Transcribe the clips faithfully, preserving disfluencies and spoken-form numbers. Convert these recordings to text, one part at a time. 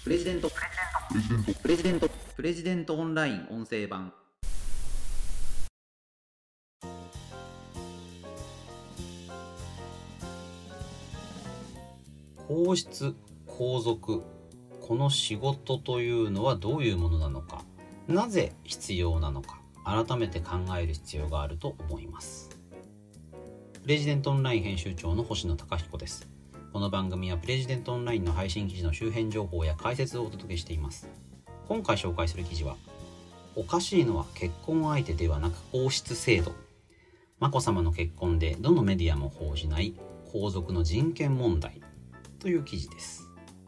プレジデントプレジデントプレジデントオンライン音声版。 皇室皇族、この仕事というのはどういうものなのか、なぜ必要なのか、改めて考える必要があると思います。プレジデントオンライン編集長の星野貴彦です。この番組はプレジデントオンラインの配信記事の周辺情報や解説をお届けしています。今回紹介する記事は、おかしいのは結婚相手ではなく皇室制度、眞子さまの結婚でどのメディアも報じない皇族の人権問題という記事です。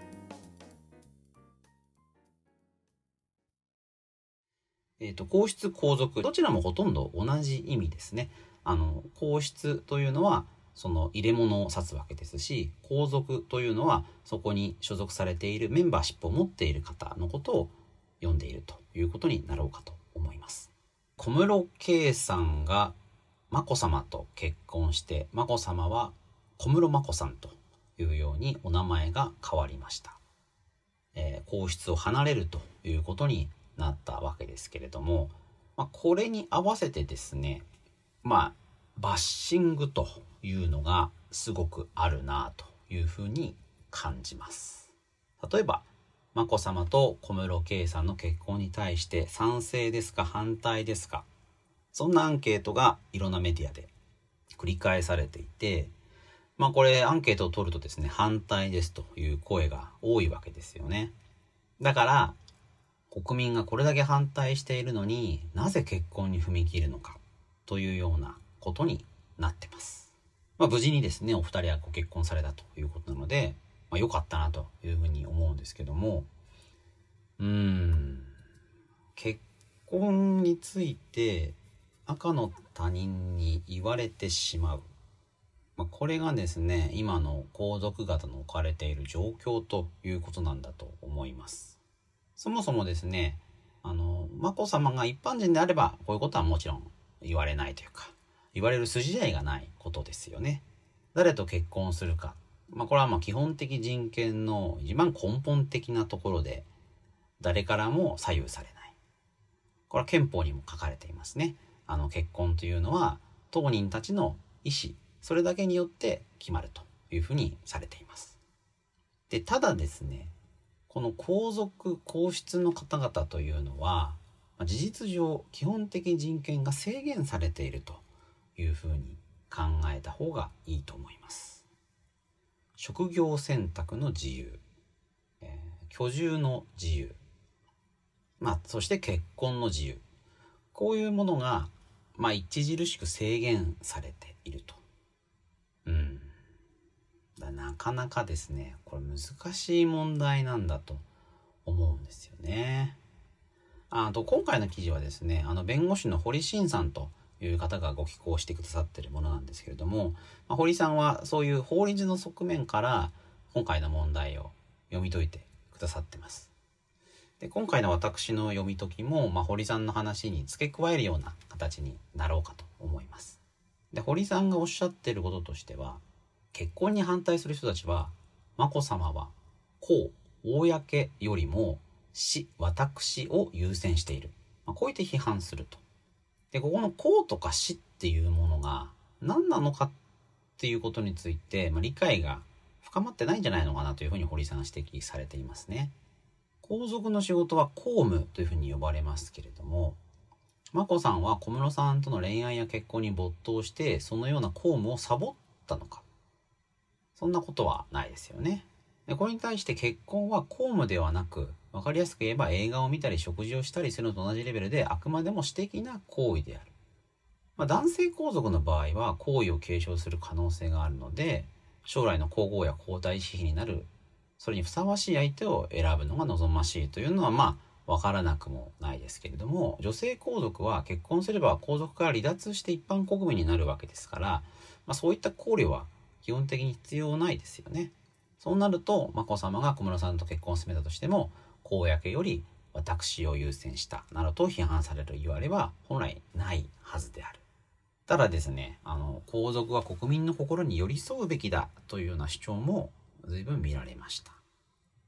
えーと、皇室皇族、どちらもほとんど同じ意味ですね。あの皇室というのはその入れ物を指すわけですし、皇族というのはそこに所属されているメンバーシップを持っている方のことを呼んでいるということになろうかと思います。小室圭さんが眞子さまと結婚して、眞子さまは小室眞子さんというようにお名前が変わりました。えー、皇室を離れるということになったわけですけれども、まあ、これに合わせてですね、まあバッシングというのがすごくあるなというふうに感じます。例えば眞子さまと小室圭さんの結婚に対して賛成ですか反対ですか、そんなアンケートがいろんなメディアで繰り返されていて、まあこれアンケートを取るとですね、反対ですという声が多いわけですよね。だから国民がこれだけ反対しているのになぜ結婚に踏み切るのかというようなことになってます。まあ、無事にですねお二人はご結婚されたということなので、まあ、良かったなというふうに思うんですけども、うーん結婚について赤の他人に言われてしまう、まあ、これがですね今の皇族方の置かれている状況ということなんだと思います。そもそもですね、あの眞子さまが一般人であればこういうことはもちろん言われないというか、言われる筋合いがないことですよね。誰と結婚するか、まあ、これはまあ基本的人権の一番根本的なところで、誰からも左右されない。これは憲法にも書かれていますね。あの結婚というのは当人たちの意思、それだけによって決まるというふうにされています。で、ただですね、この皇族皇室の方々というのは事実上基本的人権が制限されているというふうに考えた方がいいと思います。職業選択の自由、えー、居住の自由、まあそして結婚の自由、こういうものがまあ著しく制限されていると。うんだなかなかですね、これ難しい問題なんだと思うんですよね。あと今回の記事はですね、あの弁護士の堀真さんという方がご寄稿してくださっているものなんですけれども、まあ、堀さんはそういう法律の側面から今回の問題を読み解いてくださってます。で、今回の私の読み解きも、まあ、堀さんの話に付け加えるような形になろうかと思います。で、堀さんがおっしゃっていることとしては、結婚に反対する人たちは、眞子さまは公、公よりも私、私を優先している、まあ、こう言って批判すると。で、ここの公とか私っていうものが何なのかっていうことについて、まあ、理解が深まってないんじゃないのかなというふうに堀さんは指摘されていますね。皇族の仕事は公務というふうに呼ばれますけれども、眞子さんは小室さんとの恋愛や結婚に没頭してそのような公務をサボったのか、そんなことはないですよね。で、これに対して結婚は公務ではなく、わかりやすく言えば映画を見たり食事をしたりするのと同じレベルで、あくまでも私的な行為である。まあ、男性皇族の場合は行為を継承する可能性があるので、将来の皇后や皇太子妃になる、それにふさわしい相手を選ぶのが望ましいというのはまあわからなくもないですけれども、女性皇族は結婚すれば皇族から離脱して一般国民になるわけですから、まあ、そういった考慮は基本的に必要ないですよね。そうなると眞子さまが小室さんと結婚を進めたとしても、公より私を優先したなどと批判される言われは本来ないはずである。ただですね、あの皇族は国民の心に寄り添うべきだというような主張も随分見られました。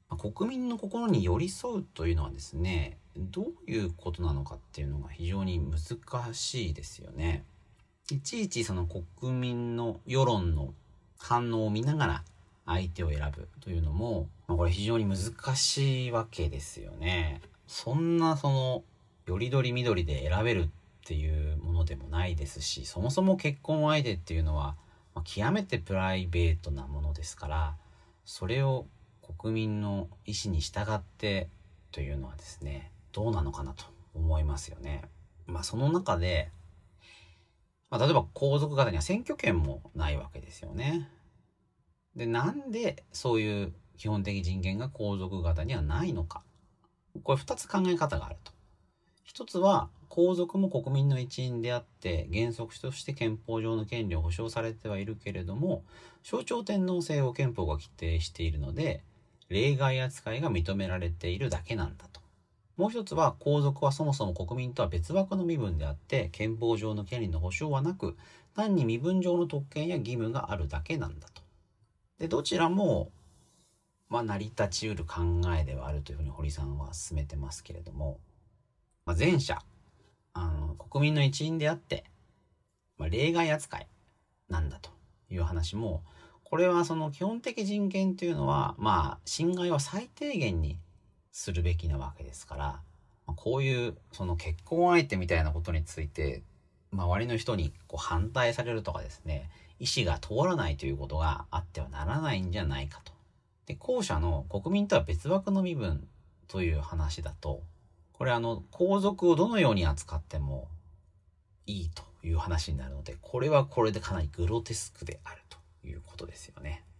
国民の心に寄り添うというのはですね、どういうことなのかっていうのが非常に難しいですよね。いちいちその国民の世論の反応を見ながら相手を選ぶというのも、まあ、これ非常に難しいわけですよね。そんなそのよりどりみどりで選べるっていうものでもないですし、そもそも結婚相手っていうのは、まあ、極めてプライベートなものですから、それを国民の意思に従ってというのはですね、どうなのかなと思いますよね。まあその中で、まあ、例えば皇族方には選挙権もないわけですよね。で、なんでそういう基本的人権が皇族方にはないのか。これ二つ考え方があると。一つは、皇族も国民の一員であって、原則として憲法上の権利を保障されてはいるけれども、象徴天皇制を憲法が規定しているので、例外扱いが認められているだけなんだと。もう一つは、皇族はそもそも国民とは別枠の身分であって、憲法上の権利の保障はなく、単に身分上の特権や義務があるだけなんだと。で、どちらも、まあ、成り立ちうる考えではあるというふうに堀さんは進めてますけれども、まあ、前者、あの、国民の一員であって、まあ、例外扱いなんだという話も、これはその基本的人権というのは、まあ、侵害は最低限にするべきなわけですから、まあ、こういうその結婚相手みたいなことについて、周りの人にこう反対されるとかですね、意思が通らないということがあってはならないんじゃないかと。で、後者の国民とは別枠の身分という話だと、これあの、皇族をどのように扱ってもいいという話になるので、これはこれでかなりグロテスクであるということですよね。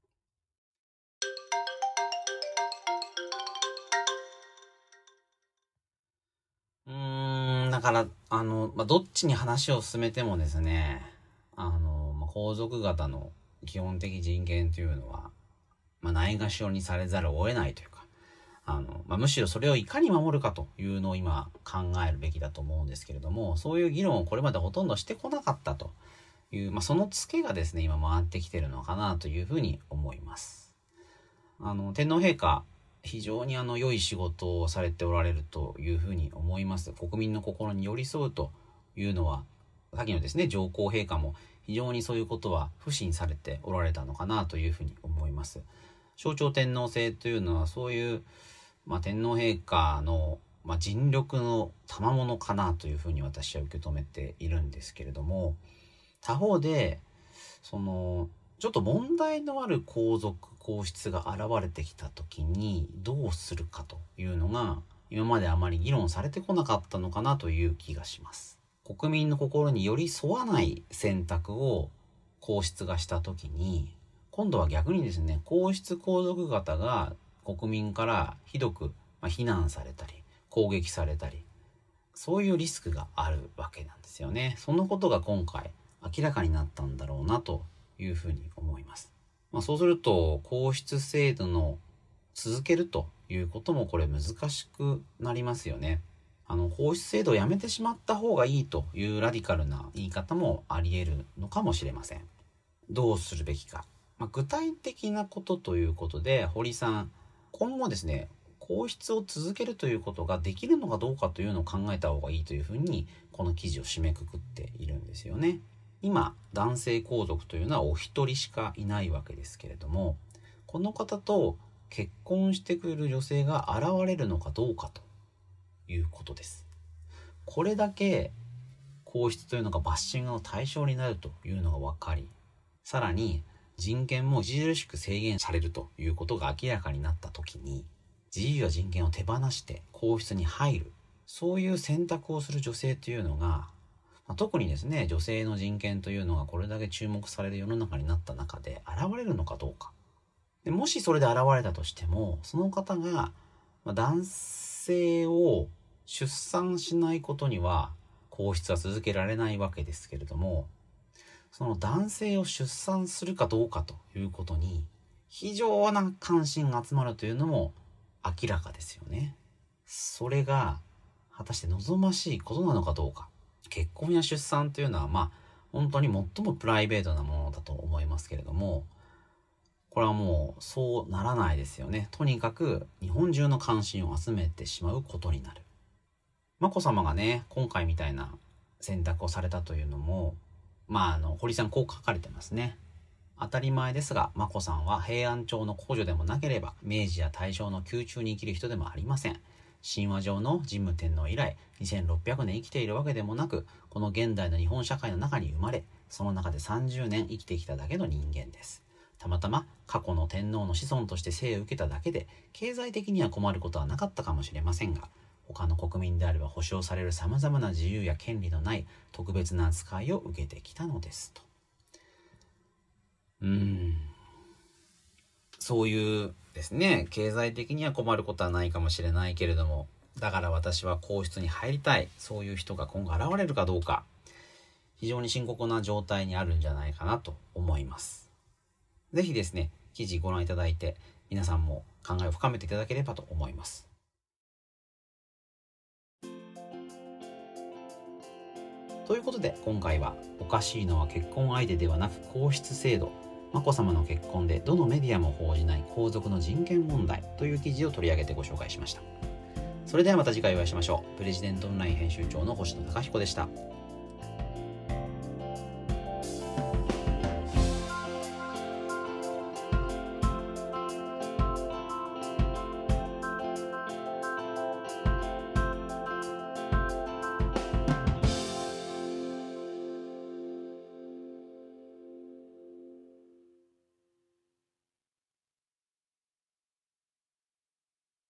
うーん、だから、あの、まあ、どっちに話を進めてもですね、あの、まあ、皇族方の基本的人権というのは、まあ、ないがしろにされざるを得ないというか、あの、まあ、むしろそれをいかに守るかというのを今考えるべきだと思うんですけれども、そういう議論をこれまでほとんどしてこなかったという、まあ、そのツケがですね、今回ってきてるのかなというふうに思います。あの、天皇陛下、非常にあの良い仕事をされておられるというふうに思います。国民の心に寄り添うというのは、さっきのですね、上皇陛下も非常にそういうことは不信されておられたのかなというふうに思います。象徴天皇制というのはそういう、まあ、天皇陛下の、まあ、尽力の賜物かなというふうに私は受け止めているんですけれども、他方で、その、ちょっと問題のある皇族、皇室が現れてきた時にどうするかというのが今まであまり議論されてこなかったのかなという気がします。国民の心に寄り添わない選択を皇室がした時に、今度は逆にですね、皇室皇族方が国民からひどく非難されたり攻撃されたり、そういうリスクがあるわけなんですよね。そのことが今回明らかになったんだろうなというふうに思います。まあ、そうすると皇室制度の続けるということもこれ難しくなりますよね。あの皇室制度をやめてしまった方がいいというラディカルな言い方もあり得るのかもしれません。どうするべきか、まあ、具体的なことということで堀さん、今後ですね、皇室を続けるということができるのかどうかというのを考えた方がいいというふうにこの記事を締めくくっているんですよね。今男性皇族というのはお一人しかいないわけですけれども、この方と結婚してくれる女性が現れるのかどうかということです。これだけ皇室というのがバッシングの対象になるというのが分かり、さらに人権も著しく制限されるということが明らかになった時に、自由や人権を手放して皇室に入る、そういう選択をする女性というのが、特にですね、女性の人権というのがこれだけ注目される世の中になった中で現れるのかどうか。でもしそれで現れたとしても、その方が男性を出産しないことには皇室は続けられないわけですけれども、その男性を出産するかどうかということに非常な関心が集まるというのも明らかですよね。それが果たして望ましいことなのかどうか。結婚や出産というのはまあ本当に最もプライベートなものだと思いますけれども、 これはもうそうならないですよね。とにかく日本中の関心を集めてしまうことになる。眞子さまがね、今回みたいな選択をされたというのも、まああの堀さんこう書かれてますね。当たり前ですが、眞子さんは平安朝の皇女でもなければ明治や大正の宮中に生きる人でもありません。神話上の神武天皇以来にせんろっぴゃくねん生きているわけでもなく、この現代の日本社会の中に生まれ、その中でさんじゅうねん生きてきただけの人間です。たまたま過去の天皇の子孫として生を受けただけで、経済的には困ることはなかったかもしれませんが、他の国民であれば保障されるさまざまな自由や権利のない特別な扱いを受けてきたのですと。うーんそういうですね、経済的には困ることはないかもしれないけれども、だから私は皇室に入りたい、そういう人が今後現れるかどうか、非常に深刻な状態にあるんじゃないかなと思います。ぜひですね、記事ご覧いただいて、皆さんも考えを深めていただければと思います。ということで、今回はおかしいのは結婚相手ではなく皇室制度、眞子さまの結婚でどのメディアも報じない皇族の人権問題という記事を取り上げてご紹介しました。それではまた次回お会いしましょう。プレジデントオンライン編集長の星野貴彦でした。